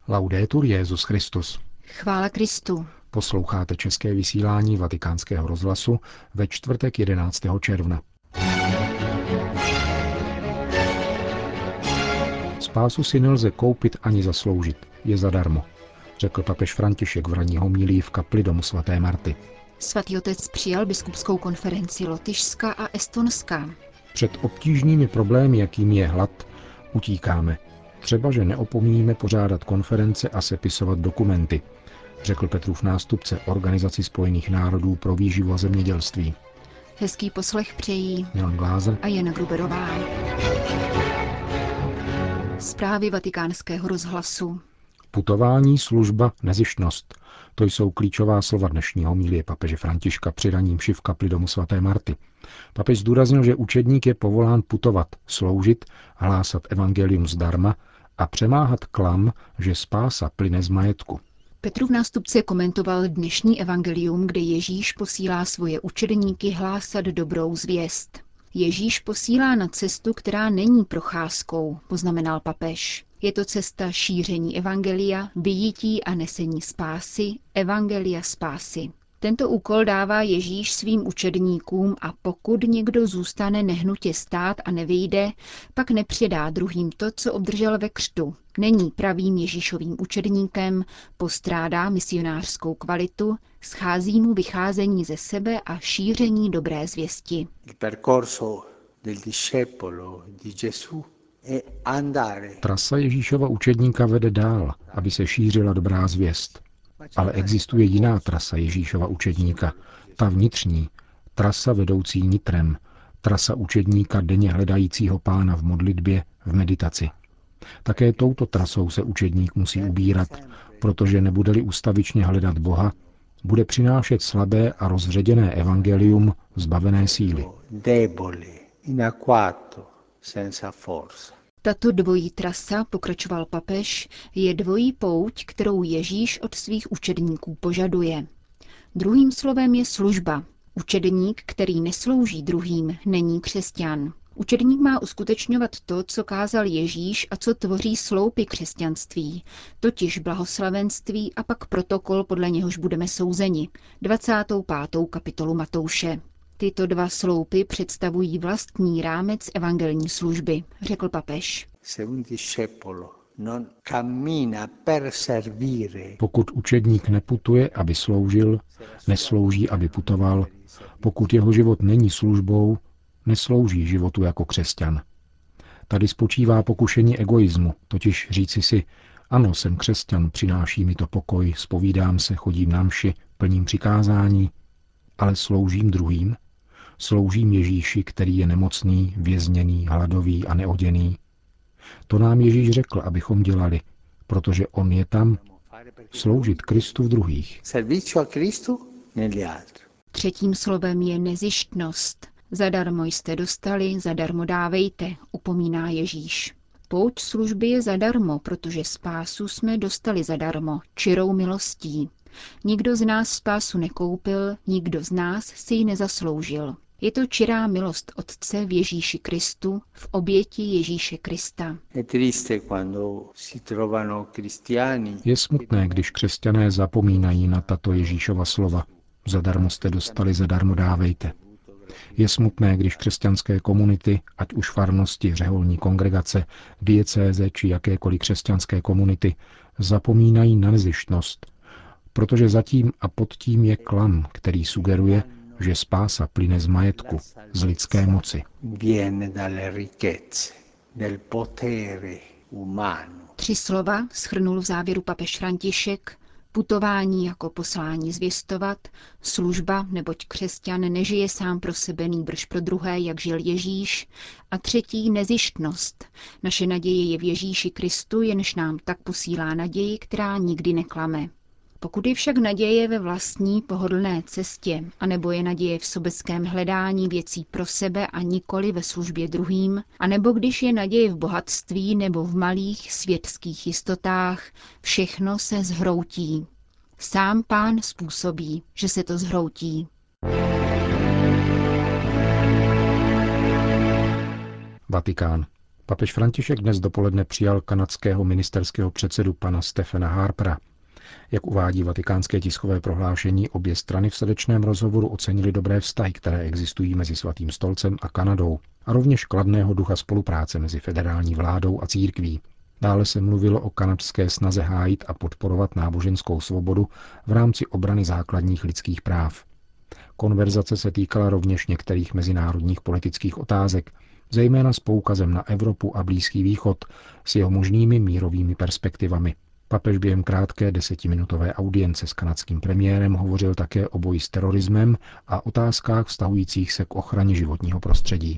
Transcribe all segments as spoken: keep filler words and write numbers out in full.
Laudetur Jesus Christus. Chvála Kristu. Posloucháte české vysílání Vatikánského rozhlasu ve čtvrtek jedenáctého června. Spásu si nelze koupit ani zasloužit, je zadarmo, řekl papež František v ranní homilii v kapli domu svaté Marty. Svatý otec přijal biskupskou konferenci Lotyšska a Estonska. Před obtížnými problémy, jakým je hlad, utíkáme. Třeba, že neopomíníme pořádat konference a sepisovat dokumenty, řekl Petrův nástupce Organizaci spojených národů pro výživu a zemědělství. Hezký poslech přejí Milan Glázer a Jana Gruberová. Zprávy Vatikánského rozhlasu. Putování, služba, nezištnost. To jsou klíčová slova dnešní homilie papeže Františka při ranní mši v kapli domu svaté Marty. Papež zdůraznil, že učedník je povolán putovat, sloužit, hlásat evangelium zdarma a přemáhat klam, že spása plyne z majetku. Petrův nástupce komentoval dnešní evangelium, kde Ježíš posílá svoje učedníky hlásat dobrou zvěst. Ježíš posílá na cestu, která není procházkou, poznamenal papež. Je to cesta šíření evangelia, vyjití a nesení spásy, evangelia spásy. Tento úkol dává Ježíš svým učedníkům a pokud někdo zůstane nehnutě stát a nevyjde, pak nepředá druhým to, co obdržel ve křtu. Není pravým Ježíšovým učedníkem, postrádá misionářskou kvalitu, schází mu vycházení ze sebe a šíření dobré zvěsti. Trasa Ježíšova učedníka vede dál, aby se šířila dobrá zvěst. Ale existuje jiná trasa Ježíšova učedníka, ta vnitřní, trasa vedoucí nitrem, trasa učedníka denně hledajícího Pána v modlitbě, v meditaci. Také touto trasou se učedník musí ubírat, protože nebude-li ustavičně hledat Boha, bude přinášet slabé a rozředěné evangelium zbavené síly. Tato dvojí trasa, pokračoval papež, je dvojí pouť, kterou Ježíš od svých učedníků požaduje. Druhým slovem je služba. Učedník, který neslouží druhým, není křesťan. Učedník má uskutečňovat to, co kázal Ježíš a co tvoří sloupy křesťanství, totiž blahoslavenství a pak protokol, podle něhož budeme souzeni, dvacátou pátou kapitolu Matouše. Tyto dva sloupy představují vlastní rámec evangelní služby, řekl papež. Pokud učedník neputuje, aby sloužil, neslouží, aby putoval, pokud jeho život není službou, neslouží životu jako křesťan. Tady spočívá pokušení egoismu, totiž říci si, ano, jsem křesťan, přináší mi to pokoj, zpovídám se, chodím na mši, plním přikázání, ale sloužím druhým, sloužím Ježíši, který je nemocný, vězněný, hladový a neoděný. To nám Ježíš řekl, abychom dělali, protože on je tam, sloužit Kristu v druhých. Třetím slovem je nezištnost. Zadarmo jste dostali, zadarmo dávejte, upomíná Ježíš. Pouť služby je zadarmo, protože spásu jsme dostali zadarmo, čirou milostí. Nikdo z nás spásu nekoupil, nikdo z nás si ji nezasloužil. Je to čirá milost Otce v Ježíši Kristu, v oběti Ježíše Krista. Je smutné, když křesťané zapomínají na tato Ježíšova slova. Zadarmo jste dostali, zadarmo dávejte. Je smutné, když křesťanské komunity, ať už farnosti, řeholní kongregace, diecéze či jakékoliv křesťanské komunity, zapomínají na nezištnost, protože zatím a pod tím je klam, který sugeruje, že spása plyne z majetku, z lidské moci. Tři slova shrnul v závěru papež František: putování jako poslání zvěstovat, služba, neboť křesťan nežije sám pro sebe, nýbrž pro druhé, jak žil Ježíš, a třetí nezištnost. Naše naděje je v Ježíši Kristu, jenž nám tak posílá naději, která nikdy neklame. Pokud je však naděje ve vlastní pohodlné cestě, anebo je naděje v sobeckém hledání věcí pro sebe a nikoli ve službě druhým, anebo když je naděje v bohatství nebo v malých světských jistotách, všechno se zhroutí. Sám Pán způsobí, že se to zhroutí. Vatikán. Papež František dnes dopoledne přijal kanadského ministerského předsedu pana Stephena Harpera. Jak uvádí vatikánské tiskové prohlášení, obě strany v srdečném rozhovoru ocenily dobré vztahy, které existují mezi Svatým stolcem a Kanadou, a rovněž kladného ducha spolupráce mezi federální vládou a církví. Dále se mluvilo o kanadské snaze hájit a podporovat náboženskou svobodu v rámci obrany základních lidských práv. Konverzace se týkala rovněž některých mezinárodních politických otázek, zejména s poukazem na Evropu a Blízký východ s jeho možnými mírovými perspektivami. Papež během krátké desetiminutové audience s kanadským premiérem hovořil také o boji s terorismem a otázkách vztahujících se k ochraně životního prostředí.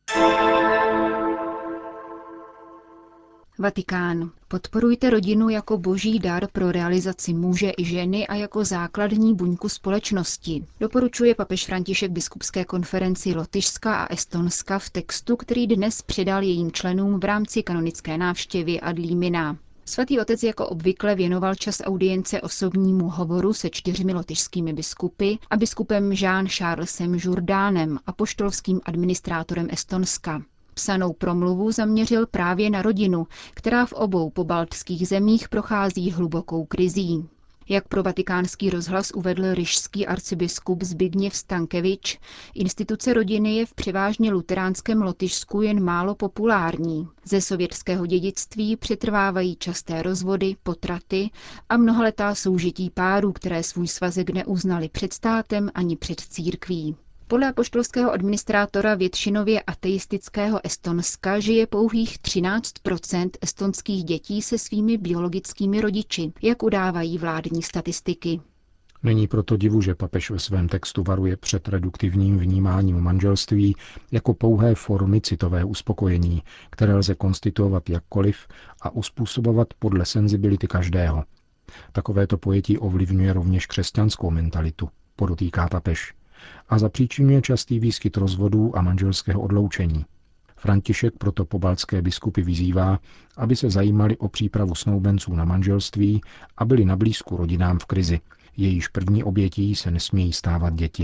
Vatikán. Podporujte rodinu jako boží dar pro realizaci muže i ženy a jako základní buňku společnosti, doporučuje papež František biskupské konferenci Lotyšska a Estonska v textu, který dnes předal jejím členům v rámci kanonické návštěvy ad limina. Svatý otec jako obvykle věnoval čas audience osobnímu hovoru se čtyřmi lotyšskými biskupy a biskupem Jean-Charlesem Jourdánem, apoštolským administrátorem Estonska. Psanou promluvu zaměřil právě na rodinu, která v obou pobaltských zemích prochází hlubokou krizí. Jak pro vatikánský rozhlas uvedl ryšský arcibiskup Zbigněv Stankevič, instituce rodiny je v převážně luteránském Lotyšsku jen málo populární. Ze sovětského dědictví přetrvávají časté rozvody, potraty a mnohaletá soužití párů, které svůj svazek neuznali před státem ani před církví. Podle apoštolského administrátora většinově ateistického Estonska žije pouhých třináct procent estonských dětí se svými biologickými rodiči, jak udávají vládní statistiky. Není proto divu, že papež ve svém textu varuje před reduktivním vnímáním manželství jako pouhé formy citového uspokojení, které lze konstituovat jakkoliv a uspůsobovat podle senzibility každého. Takovéto pojetí ovlivňuje rovněž křesťanskou mentalitu, podotýká papež, a zapříčinuje častý výskyt rozvodů a manželského odloučení. František proto pobaltské biskupy vyzývá, aby se zajímali o přípravu snoubenců na manželství a byli na blízku rodinám v krizi. Jejíž první obětí se nesmějí stávat děti.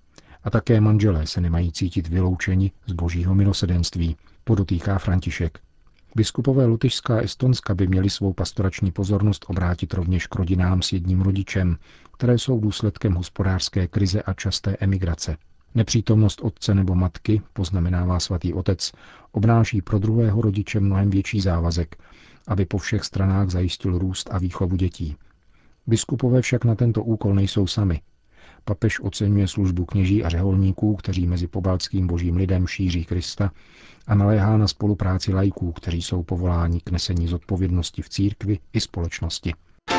A také manželé se nemají cítit vyloučeni z božího milosrdenství, podotýká František. Biskupové Lotyšská a Estonska by měli svou pastorační pozornost obrátit rovněž k rodinám s jedním rodičem, které jsou důsledkem hospodářské krize a časté emigrace. Nepřítomnost otce nebo matky, poznamenává svatý otec, obnáší pro druhého rodiče mnohem větší závazek, aby po všech stranách zajistil růst a výchovu dětí. Biskupové však na tento úkol nejsou sami. Papež oceňuje službu kněží a řeholníků, kteří mezi pobaltským božím lidem šíří Krista, a naléhá na spolupráci laiků, kteří jsou povoláni k nesení zodpovědnosti v církvi i společnosti.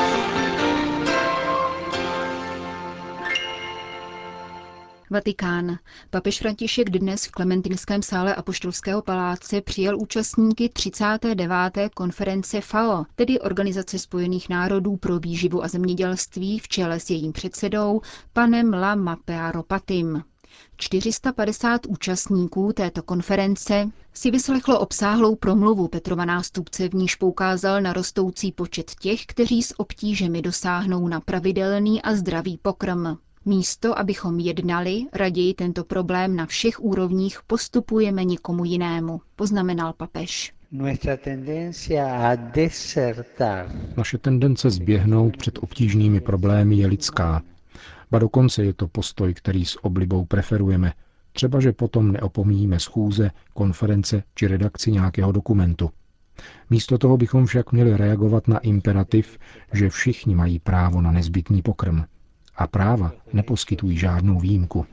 Vatikán. Papež František dnes v Klementinském sále Apoštolského paláce přijal účastníky třicáté deváté konference F A O, tedy Organizace spojených národů pro výživu a zemědělství v čele s jejím předsedou, panem La Mapearopatim. čtyři sta padesát účastníků této konference si vyslechlo obsáhlou promluvu Petrova nástupce, v níž poukázal na rostoucí počet těch, kteří s obtížemi dosáhnou na pravidelný a zdravý pokrm. Místo, abychom jednali, raději tento problém na všech úrovních postupujeme někomu jinému, poznamenal papež. Naše tendence zběhnout před obtížnými problémy je lidská. Ba dokonce je to postoj, který s oblibou preferujeme, třeba že potom neopomíjíme schůze, konference či redakci nějakého dokumentu. Místo toho bychom však měli reagovat na imperativ, že všichni mají právo na nezbytný pokrm. A práva neposkytují žádnou výjimku.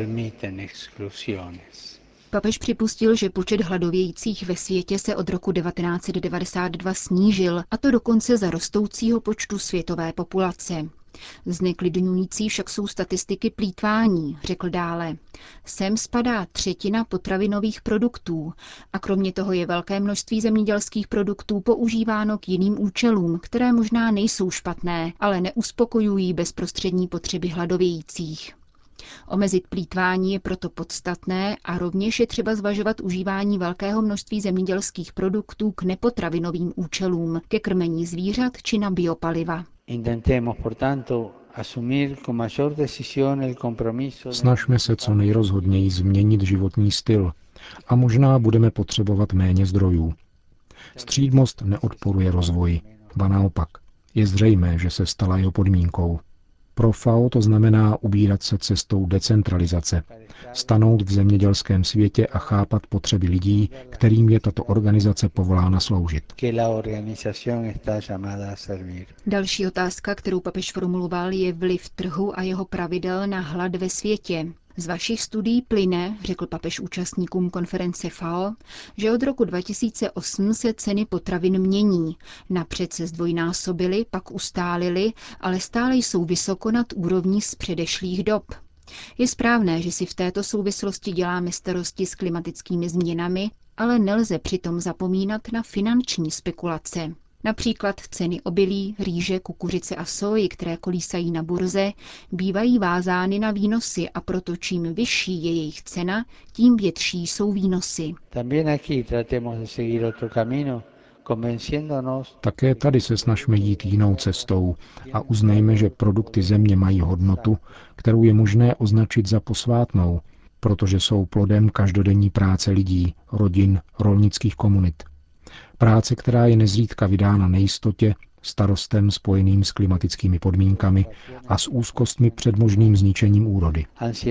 Papež připustil, že počet hladovějících ve světě se od roku devatenáct set devadesát dva snížil, a to dokonce za rostoucího počtu světové populace. Zneklidňující však jsou statistiky plýtvání, řekl dále. Sem spadá třetina potravinových produktů a kromě toho je velké množství zemědělských produktů používáno k jiným účelům, které možná nejsou špatné, ale neuspokojují bezprostřední potřeby hladovějících. Omezit plýtvání je proto podstatné a rovněž je třeba zvažovat užívání velkého množství zemědělských produktů k nepotravinovým účelům, ke krmení zvířat či na biopaliva. Snažme se co nejrozhodněji změnit životní styl a možná budeme potřebovat méně zdrojů. Střídmost neodporuje rozvoji, ba naopak. Je zřejmé, že se stala jeho podmínkou. Pro F A O to znamená ubírat se cestou decentralizace, stanout v zemědělském světě a chápat potřeby lidí, kterým je tato organizace povolána sloužit. Další otázka, kterou papež formuloval, je vliv trhu a jeho pravidel na hlad ve světě. Z vašich studií plyne, řekl papež účastníkům konference F A O, že od roku dva tisíce osm se ceny potravin mění. Napřed se zdvojnásobily, pak ustálily, ale stále jsou vysoko nad úrovní z předešlých dob. Je správné, že si v této souvislosti děláme starosti s klimatickými změnami, ale nelze přitom zapomínat na finanční spekulace. Například ceny obilí, rýže, kukuřice a sóji, které kolísají na burze, bývají vázány na výnosy a proto čím vyšší je jejich cena, tím větší jsou výnosy. Také tady se snažme jít jinou cestou a uznejme, že produkty země mají hodnotu, kterou je možné označit za posvátnou, protože jsou plodem každodenní práce lidí, rodin, rolnických komunit. Práce, která je nezřídka vydána nejistotě, starostem spojeným s klimatickými podmínkami a s úzkostmi před možným zničením úrody.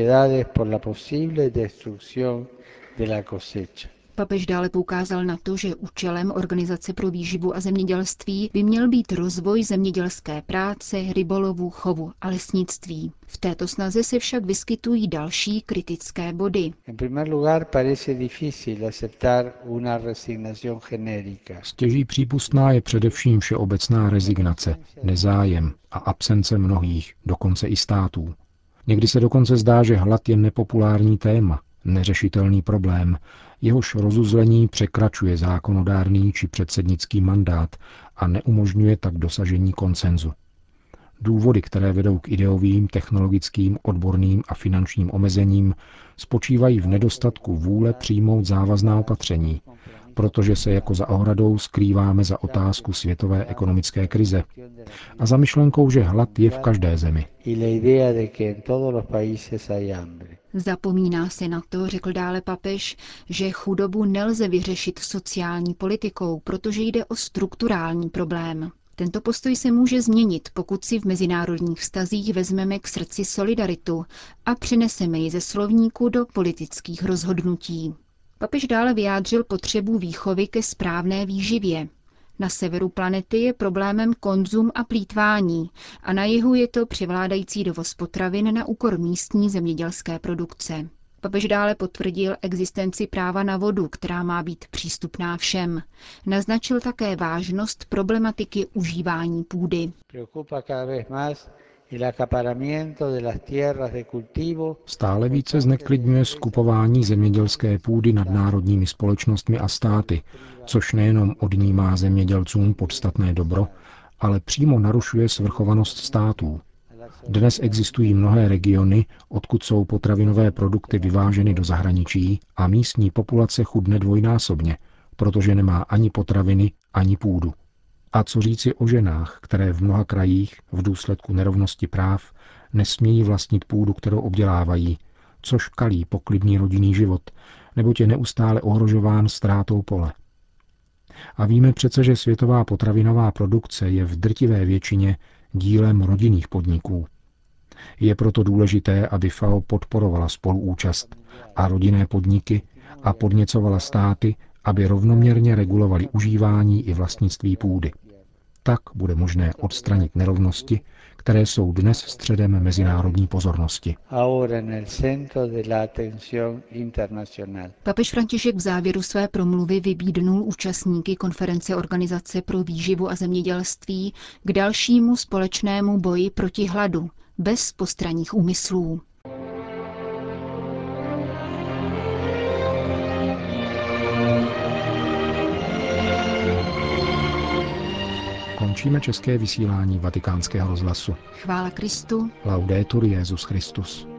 Papež dále poukázal na to, že účelem Organizace pro výživu a zemědělství by měl být rozvoj zemědělské práce, rybolovu, chovu a lesnictví. V této snaze se však vyskytují další kritické body. Stěží přípustná je především všeobecná rezignace, nezájem a absence mnohých, dokonce i států. Někdy se dokonce zdá, že hlad je nepopulární téma, neřešitelný problém, jehož rozuzlení překračuje zákonodárný či předsednický mandát a neumožňuje tak dosažení konsenzu. Důvody, které vedou k ideovým, technologickým, odborným a finančním omezením, spočívají v nedostatku vůle přijmout závazná opatření, protože se jako za ohradou skrýváme za otázku světové ekonomické krize a za myšlenkou, že hlad je v každé zemi. Zapomíná se na to, řekl dále papež, že chudobu nelze vyřešit sociální politikou, protože jde o strukturální problém. Tento postoj se může změnit, pokud si v mezinárodních vztazích vezmeme k srdci solidaritu a přineseme ji ze slovníku do politických rozhodnutí. Papež dále vyjádřil potřebu výchovy ke správné výživě. Na severu planety je problémem konzum a plýtvání a na jihu je to převládající dovoz potravin na úkor místní zemědělské produkce. Papež dále potvrdil existenci práva na vodu, která má být přístupná všem. Naznačil také vážnost problematiky užívání půdy. Stále více zneklidňuje skupování zemědělské půdy nadnárodními společnostmi a státy, což nejenom odnímá zemědělcům podstatné dobro, ale přímo narušuje svrchovanost států. Dnes existují mnohé regiony, odkud jsou potravinové produkty vyváženy do zahraničí a místní populace chudne dvojnásobně, protože nemá ani potraviny, ani půdu. A co říci o ženách, které v mnoha krajích v důsledku nerovnosti práv nesmějí vlastnit půdu, kterou obdělávají, což kalí poklidný rodinný život, neboť je neustále ohrožován ztrátou pole. A víme přece, že světová potravinová produkce je v drtivé většině dílem rodinných podniků. Je proto důležité, aby F A O podporovala spoluúčast a rodinné podniky a podněcovala státy, aby rovnoměrně regulovali užívání i vlastnictví půdy. Tak bude možné odstranit nerovnosti, které jsou dnes středem mezinárodní pozornosti. Papež František v závěru své promluvy vybídnul účastníky konference Organizace pro výživu a zemědělství k dalšímu společnému boji proti hladu, bez postranních úmyslů. Končíme české vysílání Vatikánského rozhlasu. Chvála Kristu. Laudetur Jesus Christus.